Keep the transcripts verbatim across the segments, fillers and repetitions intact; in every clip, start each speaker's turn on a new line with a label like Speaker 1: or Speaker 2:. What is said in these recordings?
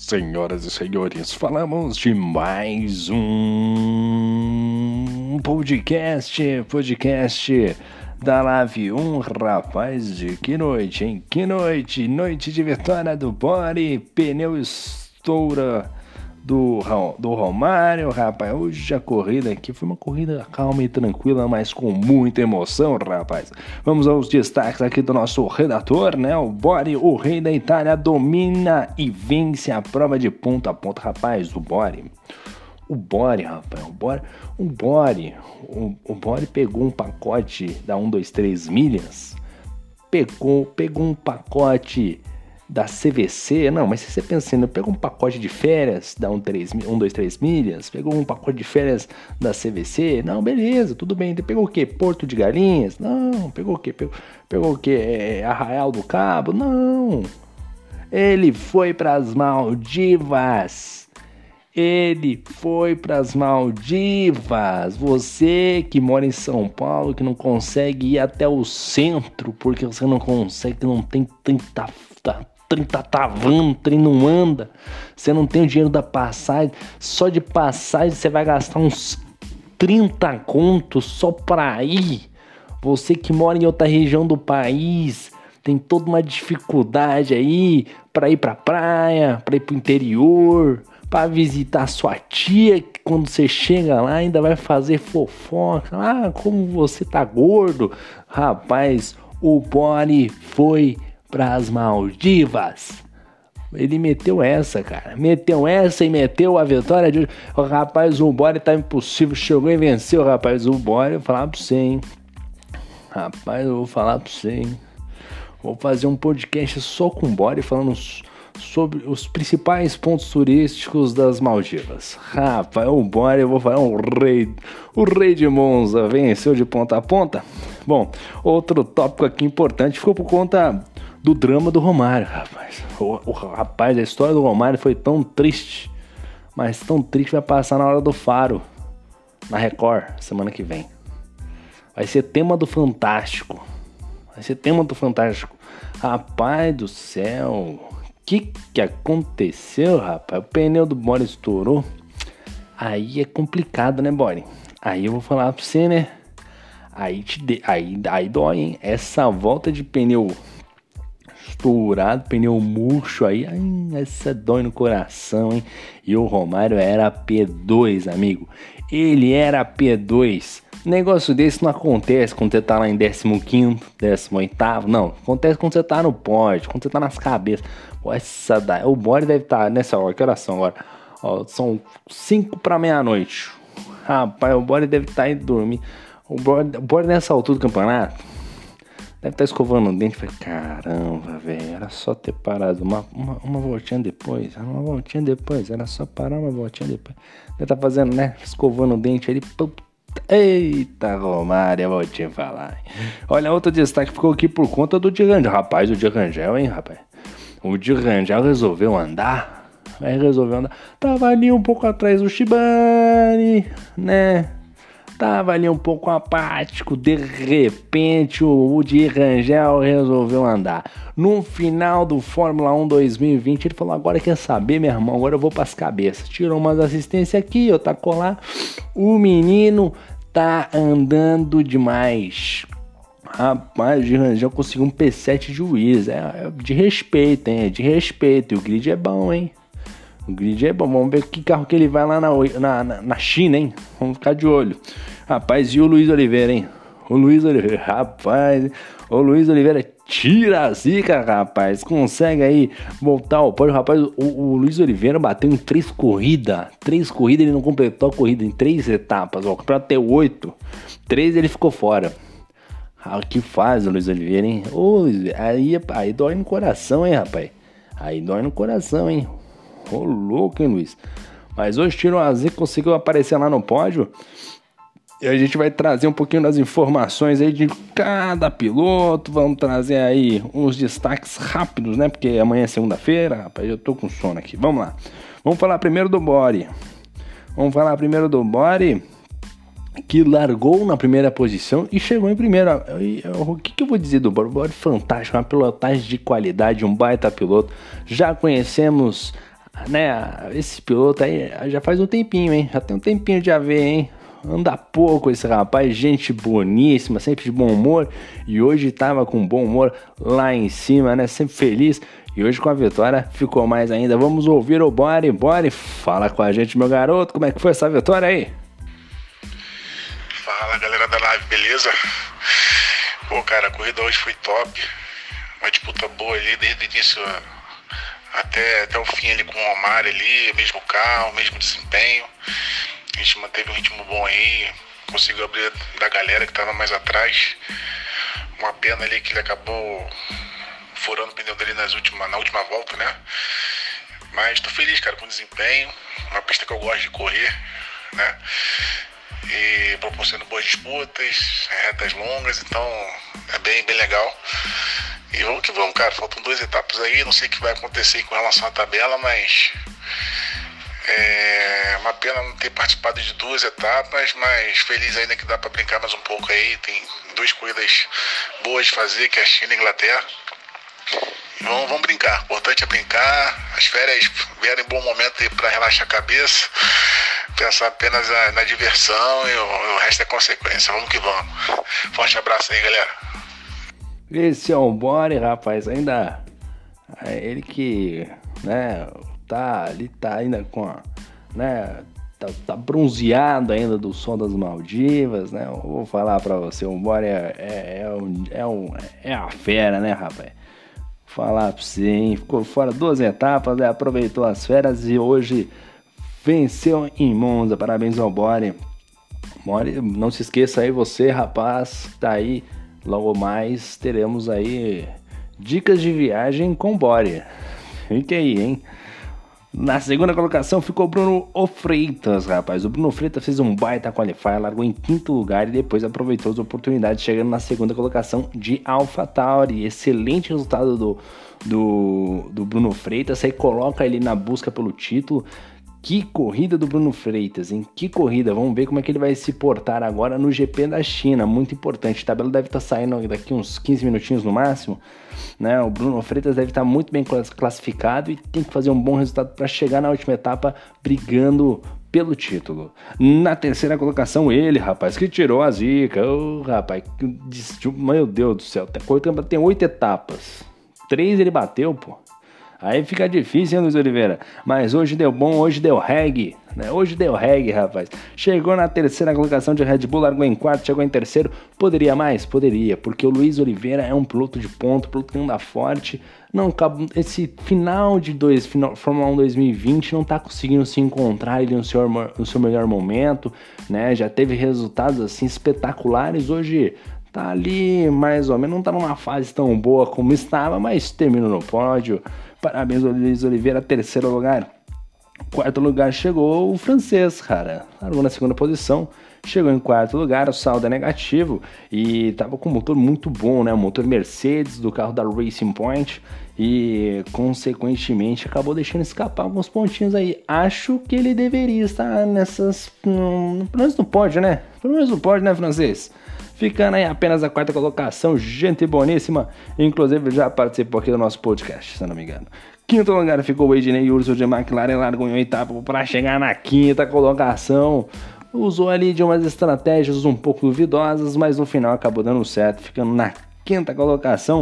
Speaker 1: Senhoras e senhores, falamos de mais um podcast, podcast da Live um, rapaz, de que noite, hein? Que noite, noite de vitória do Body, pneu estoura do, do Romário, rapaz. Hoje a corrida aqui foi uma corrida calma e tranquila, mas com muita emoção, rapaz. Vamos aos destaques aqui do nosso redator, né? O Body, o rei da Itália, domina e vence a prova de ponta a ponta, rapaz. O Body, o Body, rapaz, o Body, o Body, o, o Body pegou um pacote da um, dois, três milhas, pegou, pegou um pacote da C V C, não, mas se você pensando, pegou um pacote de férias da um, dois, três milhas, pegou um pacote de férias da C V C, não, beleza, tudo bem, pegou o quê? Porto de Galinhas? Não, pegou o quê? Pegou, pegou o quê? É, Arraial do Cabo? Não, ele foi para as Maldivas, ele foi para as Maldivas. Você que mora em São Paulo, que não consegue ir até o centro, porque você não consegue, não tem tanta trem tá travando, o trem não anda, você não tem o dinheiro da passagem, só de passagem você vai gastar uns trinta contos só pra ir. Você que mora em outra região do país, tem toda uma dificuldade aí pra ir pra praia, pra ir pro interior, pra visitar sua tia, que quando você chega lá ainda vai fazer fofoca, ah, como você tá gordo. Rapaz, o Body foi pras Maldivas. Ele meteu essa, cara. Meteu essa e meteu a vitória de hoje. O rapaz, o Body tá impossível. Chegou e venceu, rapaz. O Body, eu vou falar pra você, hein. Rapaz, eu vou falar pra você, hein. Vou fazer um podcast só com o Body falando sobre os principais pontos turísticos das Maldivas. Rapaz, o Body, eu vou falar um rei. O rei de Monza venceu de ponta a ponta. Bom, outro tópico aqui importante ficou por conta do drama do Romário, rapaz. O, o rapaz, a história do Romário foi tão triste, mas tão triste, vai passar na hora do Faro, na Record, semana que vem. Vai ser tema do Fantástico. Vai ser tema do Fantástico. Rapaz do céu, o que que aconteceu, rapaz? O pneu do Body estourou. Aí é complicado, né, Body? Aí eu vou falar pra você, né? Aí, te de... aí, aí dói, hein? Essa volta de pneu estourado, pneu murcho aí, ai, essa dói no coração, hein? E o Romário era P dois, amigo. Ele era P dois. Negócio desse não acontece quando você tá lá em décimo quinto, décimo oitavo, não. Acontece quando você tá no pódio, quando você tá nas cabeças. Pô, essa daí, o Body deve estar tá nessa hora, que horas são agora? Ó, são cinco pra meia-noite. Rapaz, o Body deve estar tá indo dormir. O Body, o Body nessa altura do campeonato deve estar tá escovando o dente. Falei, caramba, velho, era só ter parado uma, uma, uma voltinha depois, uma voltinha depois, era só parar uma voltinha depois. Deve estar tá fazendo, né, escovando o dente ali. Eita, Romário, eu vou te falar. Olha, outro destaque ficou aqui por conta do Di Rangel. Rapaz, o Di Rangel, hein, rapaz. O Di Rangel resolveu andar. Aí resolveu andar. Tava ali um pouco atrás do Shibane, né? Tava ali um pouco apático, de repente o, o Di Rangel resolveu andar. No final do Fórmula um dois mil e vinte, ele falou, agora quer saber, meu irmão, agora eu vou pras cabeças. Tirou umas assistências aqui, eu tacou lá. O menino tá andando demais. Rapaz, o Di Rangel conseguiu um P sete de juiz, é, é de respeito, hein, é de respeito. E o grid é bom, hein. O grid é bom, vamos ver que carro que ele vai lá na, na, na China, hein? Vamos ficar de olho. Rapaz, e o Luiz Oliveira, hein? O Luiz Oliveira, rapaz, o Luiz Oliveira tira a zica, rapaz. Consegue aí voltar ao pódio. Rapaz, o, o Luiz Oliveira bateu em três corridas. Três corridas, ele não completou a corrida em três etapas. Ó, o campeonato tem oito. Três ele ficou fora. Ah, que faz o Luiz Oliveira, hein? Ô, aí, aí dói no coração, hein, rapaz? Aí dói no coração, hein? Ô, louco, hein, Luiz? Mas hoje tirou a zica, conseguiu aparecer lá no pódio. E a gente vai trazer um pouquinho das informações aí de cada piloto. Vamos trazer aí uns destaques rápidos, né? Porque amanhã é segunda-feira, rapaz, eu tô com sono aqui. Vamos lá. Vamos falar primeiro do Body. Vamos falar primeiro do Body, que largou na primeira posição e chegou em primeiro. O que, que eu vou dizer do Body? Body fantástico, uma pilotagem de qualidade, um baita piloto. Já conhecemos né, esse piloto aí já faz um tempinho, hein? Já tem um tempinho de A V, hein? Anda pouco esse rapaz, gente boníssima, sempre de bom humor. E hoje tava com bom humor lá em cima, né? Sempre feliz. E hoje com a vitória ficou mais ainda. Vamos ouvir o Bore. Bore, fala com a gente, meu garoto. Como é que foi essa vitória aí?
Speaker 2: Fala, galera da live, beleza? Pô, cara, a corrida hoje foi top. Uma disputa boa ali, desde o início até, até o fim ali com o Omar ali, mesmo carro, mesmo desempenho. A gente manteve um ritmo bom aí, conseguiu abrir da galera que estava mais atrás. Uma pena ali que ele acabou furando o pneu dele nas última, na última volta, né? Mas tô feliz, cara, com o desempenho. Uma pista que eu gosto de correr, né? E proporciona boas disputas, retas longas, então é bem, bem legal. E vamos que vamos, cara. Faltam duas etapas aí, não sei o que vai acontecer com relação à tabela, mas é uma pena não ter participado de duas etapas, mas feliz ainda que dá para brincar mais um pouco aí. Tem duas corridas boas de fazer, que é a China e a Inglaterra. E vamos, vamos brincar, o importante é brincar. As férias vieram em bom momento aí para relaxar a cabeça, pensar apenas na, na diversão e o, o resto é consequência. Vamos que vamos. Forte abraço aí, galera.
Speaker 1: Esse é o Bore, rapaz, ainda é ele que, né, tá ali, tá ainda com a, né, tá, tá bronzeado ainda do sol das Maldivas, né, eu vou falar pra você, o Bore é, é, é, um, é, um, é a fera, né, rapaz, vou falar pra você, hein? Ficou fora duas etapas, né, aproveitou as férias e hoje venceu em Monza, parabéns ao Bore. Bore, não se esqueça aí, você, rapaz, tá aí. Logo mais teremos aí dicas de viagem com Bore. Fique aí, hein? Na segunda colocação ficou o Bruno Freitas, rapaz. O Bruno Freitas fez um baita qualifier, largou em quinto lugar e depois aproveitou as oportunidades, chegando na segunda colocação de AlphaTauri. Excelente resultado do, do, do Bruno Freitas. Aí coloca ele na busca pelo título. Que corrida do Bruno Freitas, hein? Que corrida. Vamos ver como é que ele vai se portar agora no G P da China. Muito importante. A tabela deve estar saindo daqui uns quinze minutinhos no máximo, né? O Bruno Freitas deve estar muito bem classificado e tem que fazer um bom resultado para chegar na última etapa brigando pelo título. Na terceira colocação, ele, rapaz, que tirou a zica. Ô, oh, rapaz, meu Deus do céu. Tem oito etapas. Três ele bateu, pô. Aí fica difícil, hein, Luiz Oliveira? Mas hoje deu bom, hoje deu reggae, né? Hoje deu reggae, rapaz. Chegou na terceira colocação de Red Bull, largou em quarto, chegou em terceiro. Poderia mais? Poderia, porque o Luiz Oliveira é um piloto de ponto, piloto que anda forte. Não, esse final de dois, final, Fórmula um dois mil e vinte não tá conseguindo se encontrar ele no seu, no seu melhor momento, né? Já teve resultados assim espetaculares. Hoje tá ali, mais ou menos, não tá numa fase tão boa como estava, mas terminou no pódio. Parabéns, Luiz Oliveira, terceiro lugar. Quarto lugar chegou o francês, cara. Largou na segunda posição, chegou em quarto lugar, o saldo é negativo e tava com um motor muito bom, né? O motor Mercedes do carro da Racing Point e, consequentemente, acabou deixando escapar alguns pontinhos aí. Acho que ele deveria estar nessas... Hum, pelo menos no pódio, né? Pelo menos no pódio, né, francês? Ficando aí apenas a quarta colocação, gente boníssima. Inclusive já participou aqui do nosso podcast, se eu não me engano. Quinto lugar ficou o Ednei Urso de McLaren, largou em oitavo para chegar na quinta colocação. Usou ali de umas estratégias um pouco duvidosas, mas no final acabou dando certo, ficando na quinta colocação.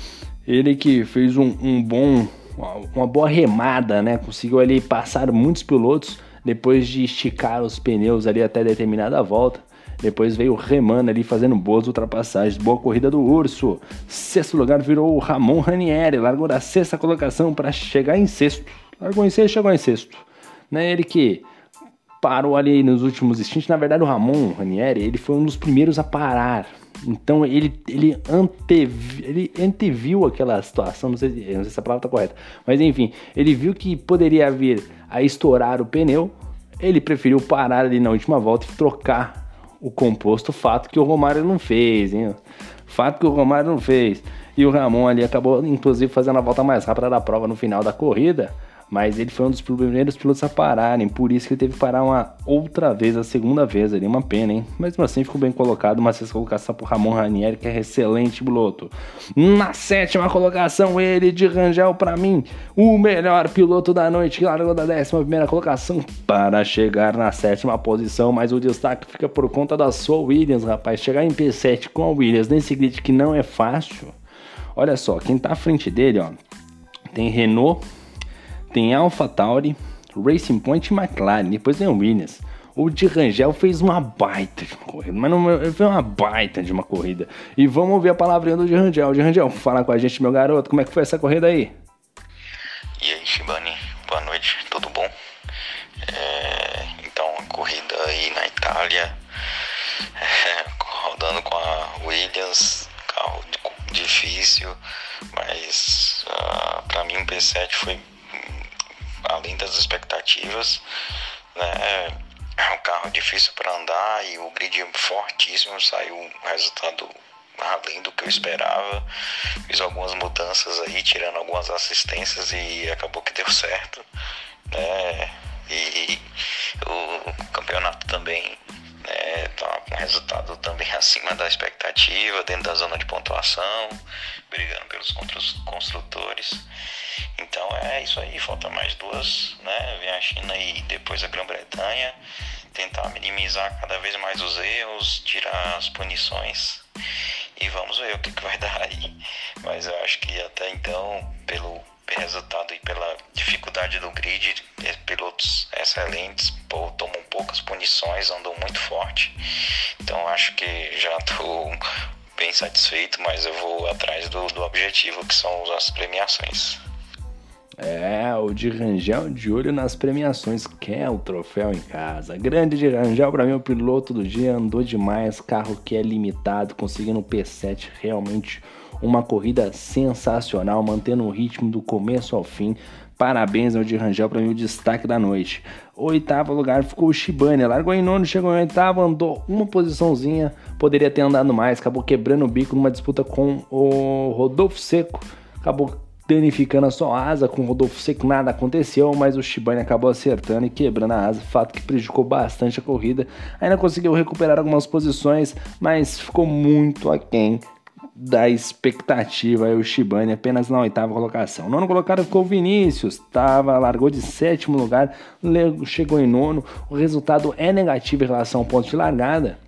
Speaker 1: Ele que fez um, um bom, uma boa remada, né? Conseguiu ali passar muitos pilotos depois de esticar os pneus ali até determinada volta. Depois veio remando ali, fazendo boas ultrapassagens. Boa corrida do Urso. Sexto lugar virou o Ramon Ranieri. Largou da sexta colocação para chegar em sexto. Largou em sexto, chegou em sexto. Né? Ele que parou ali nos últimos instintos. Na verdade, o Ramon Ranieri, ele foi um dos primeiros a parar. Então, ele, ele, antevi, ele anteviu aquela situação. Não sei, não sei se essa palavra está correta. Mas, enfim, ele viu que poderia vir a estourar o pneu. Ele preferiu parar ali na última volta e trocar o composto, fato que o Romário não fez, hein? Fato que o Romário não fez. E o Ramon ali acabou, inclusive, fazendo a volta mais rápida da prova no final da corrida. Mas ele foi um dos primeiros pilotos a pararem, por isso que ele teve que parar uma outra vez, a segunda vez ali, uma pena, hein? Mesmo assim ficou bem colocado, uma sexta colocação pro Ramon Ranieri, que é excelente piloto. Na sétima colocação, ele de Rangel, pra mim, o melhor piloto da noite, que largou da décima primeira colocação para chegar na sétima posição, mas o destaque fica por conta da sua Williams, rapaz. Chegar em P sete com a Williams nesse grid que não é fácil. Olha só, quem tá à frente dele, ó, tem Renault, tem AlphaTauri, Racing Point e McLaren, depois vem o Williams. O de Rangel fez uma baita de uma corrida, mas não fez uma baita de uma corrida. E vamos ouvir a palavrinha do de Rangel. De Rangel, fala com a gente, meu garoto, como é que foi essa corrida aí?
Speaker 3: E aí, Shibani, boa noite, tudo bom? É, então, a corrida aí na Itália, é, rodando com a Williams, carro difícil, mas uh, para mim o P sete foi além das expectativas, né? É um carro difícil para andar e o grid fortíssimo, saiu um resultado além do que eu esperava. Fiz algumas mudanças aí, tirando algumas assistências e acabou que deu certo, né? E o campeonato também, né, tá com resultado também acima da expectativa, dentro da zona de pontuação, brigando pelos construtores. Então é isso aí, falta mais duas, né? Vem a China e depois a Grã-Bretanha, tentar minimizar cada vez mais os erros, tirar as punições e vamos ver o que, que vai dar aí. Mas eu acho que até então, pelo resultado e pela dificuldade do grid, pilotos excelentes, pô, tomam poucas punições, andam muito forte. Então acho que já estou bem satisfeito, mas eu vou atrás do, do objetivo, que são as premiações.
Speaker 1: É, o de Rangel de olho nas premiações, quer o troféu em casa. Grande de Rangel, pra mim, o piloto do dia, andou demais, carro que é limitado, conseguindo o P sete, realmente uma corrida sensacional, mantendo o ritmo do começo ao fim. Parabéns ao de Rangel, pra mim, o destaque da noite. Oitavo lugar ficou o Shibane, largou em nono, chegou em oitavo, andou uma posiçãozinha, poderia ter andado mais, acabou quebrando o bico numa disputa com o Rodolfo Seco, acabou danificando a sua asa. Com o Rodolfo Seco nada aconteceu, mas o Shibane acabou acertando e quebrando a asa, fato que prejudicou bastante a corrida. Ainda conseguiu recuperar algumas posições, mas ficou muito aquém da expectativa. Aí o Shibane apenas na oitava colocação. Nono colocado ficou o Vinícius, tava, largou de sétimo lugar, chegou em nono. O resultado é negativo em relação ao ponto de largada,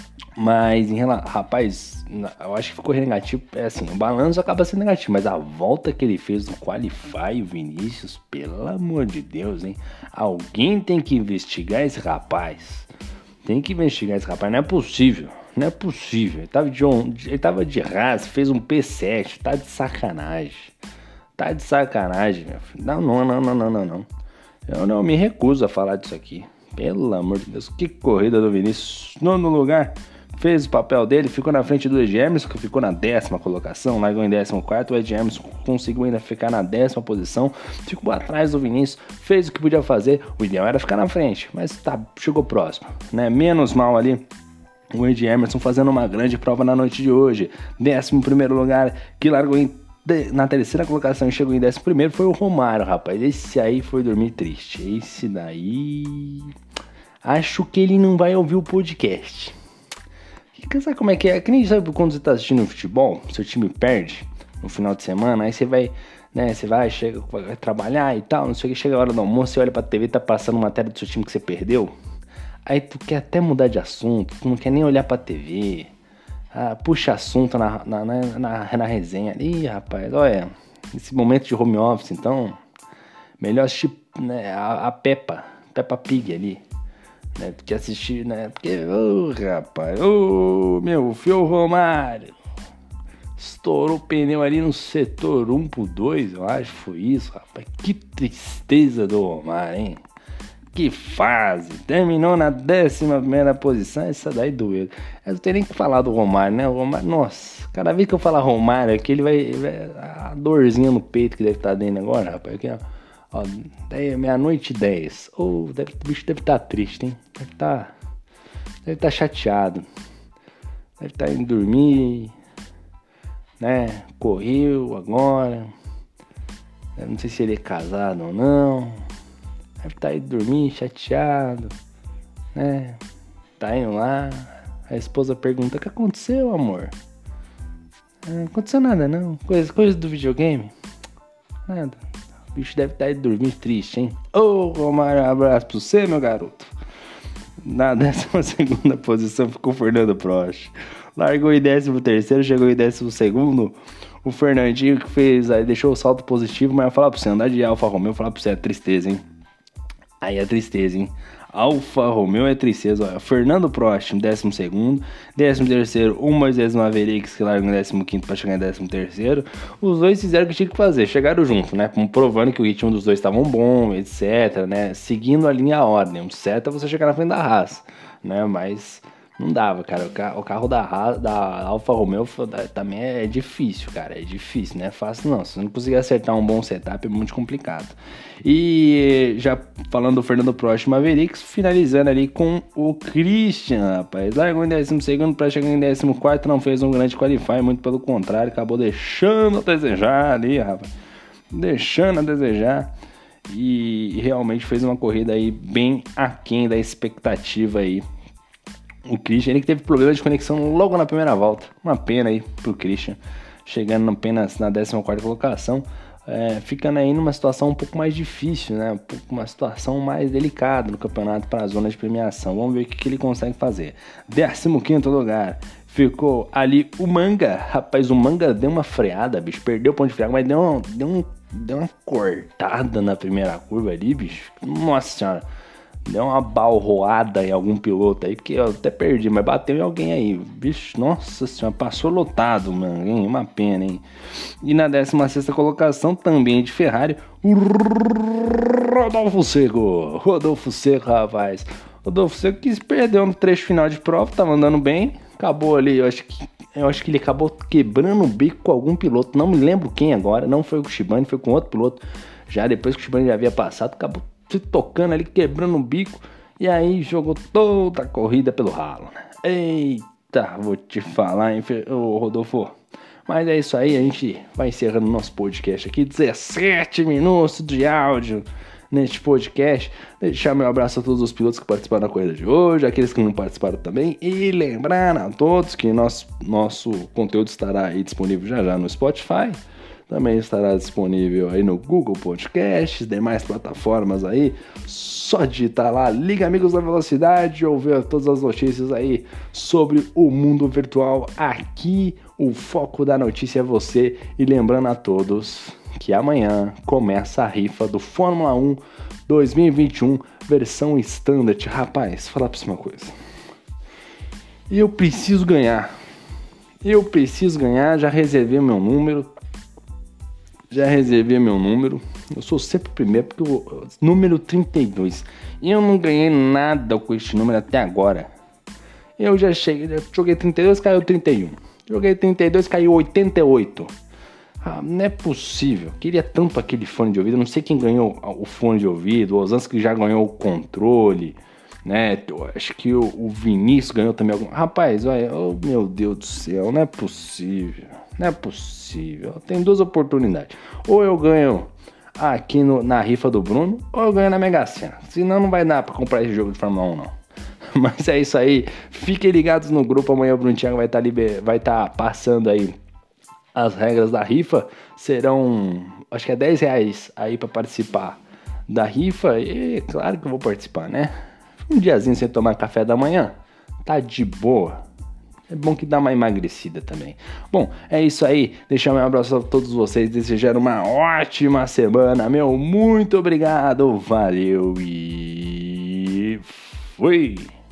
Speaker 1: mas em relação, rapaz, eu acho que ficou negativo. É assim, o balanço acaba sendo negativo, mas a volta que ele fez no Qualify, o Vinícius, pelo amor de Deus, hein? Alguém tem que investigar esse rapaz. Tem que investigar esse rapaz, não é possível. Não é possível. Ele tava de, on... ele tava de Haas, fez um P sete, tá de sacanagem. Tá de sacanagem, meu filho. Não, não, não, não, não, não, não. Eu não me recuso a falar disso aqui. Pelo amor de Deus, que corrida do Vinícius. Nono lugar, fez o papel dele, ficou na frente do Ed Emerson, que ficou na décima colocação, largou em décimo quarto, o Ed Emerson conseguiu ainda ficar na décima posição, ficou atrás do Vinícius, fez o que podia fazer, o ideal era ficar na frente, mas tá, chegou próximo, né? Menos mal ali o Ed Emerson fazendo uma grande prova na noite de hoje. Décimo primeiro lugar, que largou em, de, na terceira colocação e chegou em décimo primeiro, foi o Romário, rapaz. Esse aí foi dormir triste. Esse daí... acho que ele não vai ouvir o podcast. Sabe como é que é? Que nem sabe quando você tá assistindo futebol, seu time perde no final de semana, aí você vai, né, você vai, chega, vai trabalhar e tal, não sei o que, chega a hora do almoço, você olha pra T V, tá passando matéria do seu time que você perdeu, aí tu quer até mudar de assunto, tu não quer nem olhar pra T V, ah, puxa assunto na, na, na, na, na resenha. Ih, rapaz, olha, nesse momento de home office, então, melhor assistir, né, a, a Peppa, Peppa Pig ali. Né, que assistir, né? Porque, ô oh, rapaz, ô oh, meu filho Romário estourou o pneu ali no setor um pro dois, eu acho que foi isso, rapaz. Que tristeza do Romário, hein? Que fase! Terminou na décima primeira posição, essa daí doeu. Eu não tenho nem que falar do Romário, né? O Romário, nossa, cada vez que eu falar Romário aqui, ele vai, vai. A dorzinha no peito que deve estar dentro agora, rapaz, aqui, ó. Ó, meia-noite e dez. Oh, deve, o bicho deve estar triste, hein? Deve estar. Deve estar chateado. Deve estar indo dormir. Né? Correu agora. Eu não sei se ele é casado ou não. Deve estar aí dormindo, chateado, né? Tá indo lá. A esposa pergunta: o que aconteceu, amor? Não aconteceu nada, não. Coisa, coisa do videogame? Nada. O bicho deve estar aí dormindo triste, hein? Ô, oh, Romário, um abraço pra você, meu garoto. Na décima segunda posição ficou o Fernando Prost. Largou em décimo terceiro, chegou em décimo segundo. O Fernandinho que fez, aí deixou o salto positivo, mas eu falar pra você, andar de Alfa Romeo, eu falar pra você, é tristeza, hein? Aí é tristeza, hein? Alfa Romeo é tristeza, olha. Fernando Prost em décimo segundo, décimo terceiro, o Moisés Mavericks, que largou em décimo quinto pra chegar em décimo terceiro. Os dois fizeram o que tinha que fazer, chegaram junto, né? Provando que o ritmo dos dois estavam bom, etc, né? Seguindo a linha ordem. O certo é você chegar na frente da Haas, né? Mas não dava, cara. O carro da, Haas, da Alfa Romeo também é difícil, cara. É difícil, não é fácil não. Se você não conseguir acertar um bom setup, é muito complicado. E já falando do Fernando Prost Mavericks, finalizando ali com o Christian, rapaz. Largou em décimo segundo para chegar em décimo quarto, não fez um grande qualify, muito pelo contrário, acabou deixando a desejar ali, rapaz. Deixando a desejar. E realmente fez uma corrida aí bem aquém da expectativa aí. O Christian, ele que teve problema de conexão logo na primeira volta. Uma pena aí pro Christian, chegando apenas na décima quarta colocação, é, ficando aí numa situação um pouco mais difícil, né? Uma situação mais delicada no campeonato para a zona de premiação. Vamos ver o que, que ele consegue fazer. décimo quinto lugar, ficou ali o Manga. Rapaz, o Manga deu uma freada, bicho. Perdeu o ponto de freada, mas deu, um, deu, um, deu uma cortada na primeira curva ali, bicho. Nossa senhora. Deu uma balroada em algum piloto aí, porque eu até perdi, mas bateu em alguém aí. Bicho, nossa senhora, passou lotado, mano, hein? Uma pena, hein? E na décima sexta colocação, também de Ferrari, o Rodolfo Seco. Rodolfo Seco, rapaz. Rodolfo Seco que se perdeu no trecho final de prova, tava andando bem. Acabou ali, eu acho que, eu acho que ele acabou quebrando o bico com algum piloto. Não me lembro quem agora, não foi com o Shibane, foi com outro piloto. Já depois que o Shibane já havia passado, acabou se tocando ali, quebrando o bico, e aí jogou toda a corrida pelo ralo, né? Eita, vou te falar, hein, ô Rodolfo. Mas é isso aí, a gente vai encerrando nosso podcast aqui, dezessete minutos de áudio neste podcast. Deixar meu abraço a todos os pilotos que participaram da corrida de hoje, aqueles que não participaram também, e lembrar a todos que nosso, nosso conteúdo estará aí disponível já já no Spotify. Também estará disponível aí no Google Podcasts, demais plataformas aí. Só digitar lá, Liga Amigos da Velocidade, ou ver todas as notícias aí sobre o mundo virtual. Aqui o foco da notícia é você. E lembrando a todos que amanhã começa a rifa do Fórmula um dois mil e vinte e um, versão Standard. Rapaz, falar pra você uma coisa. Eu preciso ganhar. Eu preciso ganhar, já reservei meu número. Já reservei meu número. Eu sou sempre o primeiro, porque o número trinta e dois. E eu não ganhei nada com este número até agora. Eu já cheguei, eu joguei trinta e dois, caiu trinta e um. Joguei trinta e dois, caiu oitenta e oito. Ah, não é possível. Queria tanto aquele fone de ouvido. Eu não sei quem ganhou o fone de ouvido. O Osansky já ganhou o controle, né? Eu acho que o, o Vinícius ganhou também algum. Rapaz, olha, oh, meu Deus do céu, não é possível. Não é possível. Tem duas oportunidades. Ou eu ganho aqui no, na rifa do Bruno, ou eu ganho na Mega Sena. Senão não vai dar pra comprar esse jogo de Fórmula um, não. Mas é isso aí. Fiquem ligados no grupo. Amanhã o Bruno Thiago vai estar tá liber... vai tá passando aí as regras da rifa. Serão, acho que é dez reais aí pra participar da rifa. E claro que eu vou participar, né? Um diazinho sem tomar café da manhã, tá de boa. É bom que dá uma emagrecida também. Bom, é isso aí. Deixar meu abraço a todos vocês. Desejar uma ótima semana. Meu, muito obrigado. Valeu e fui.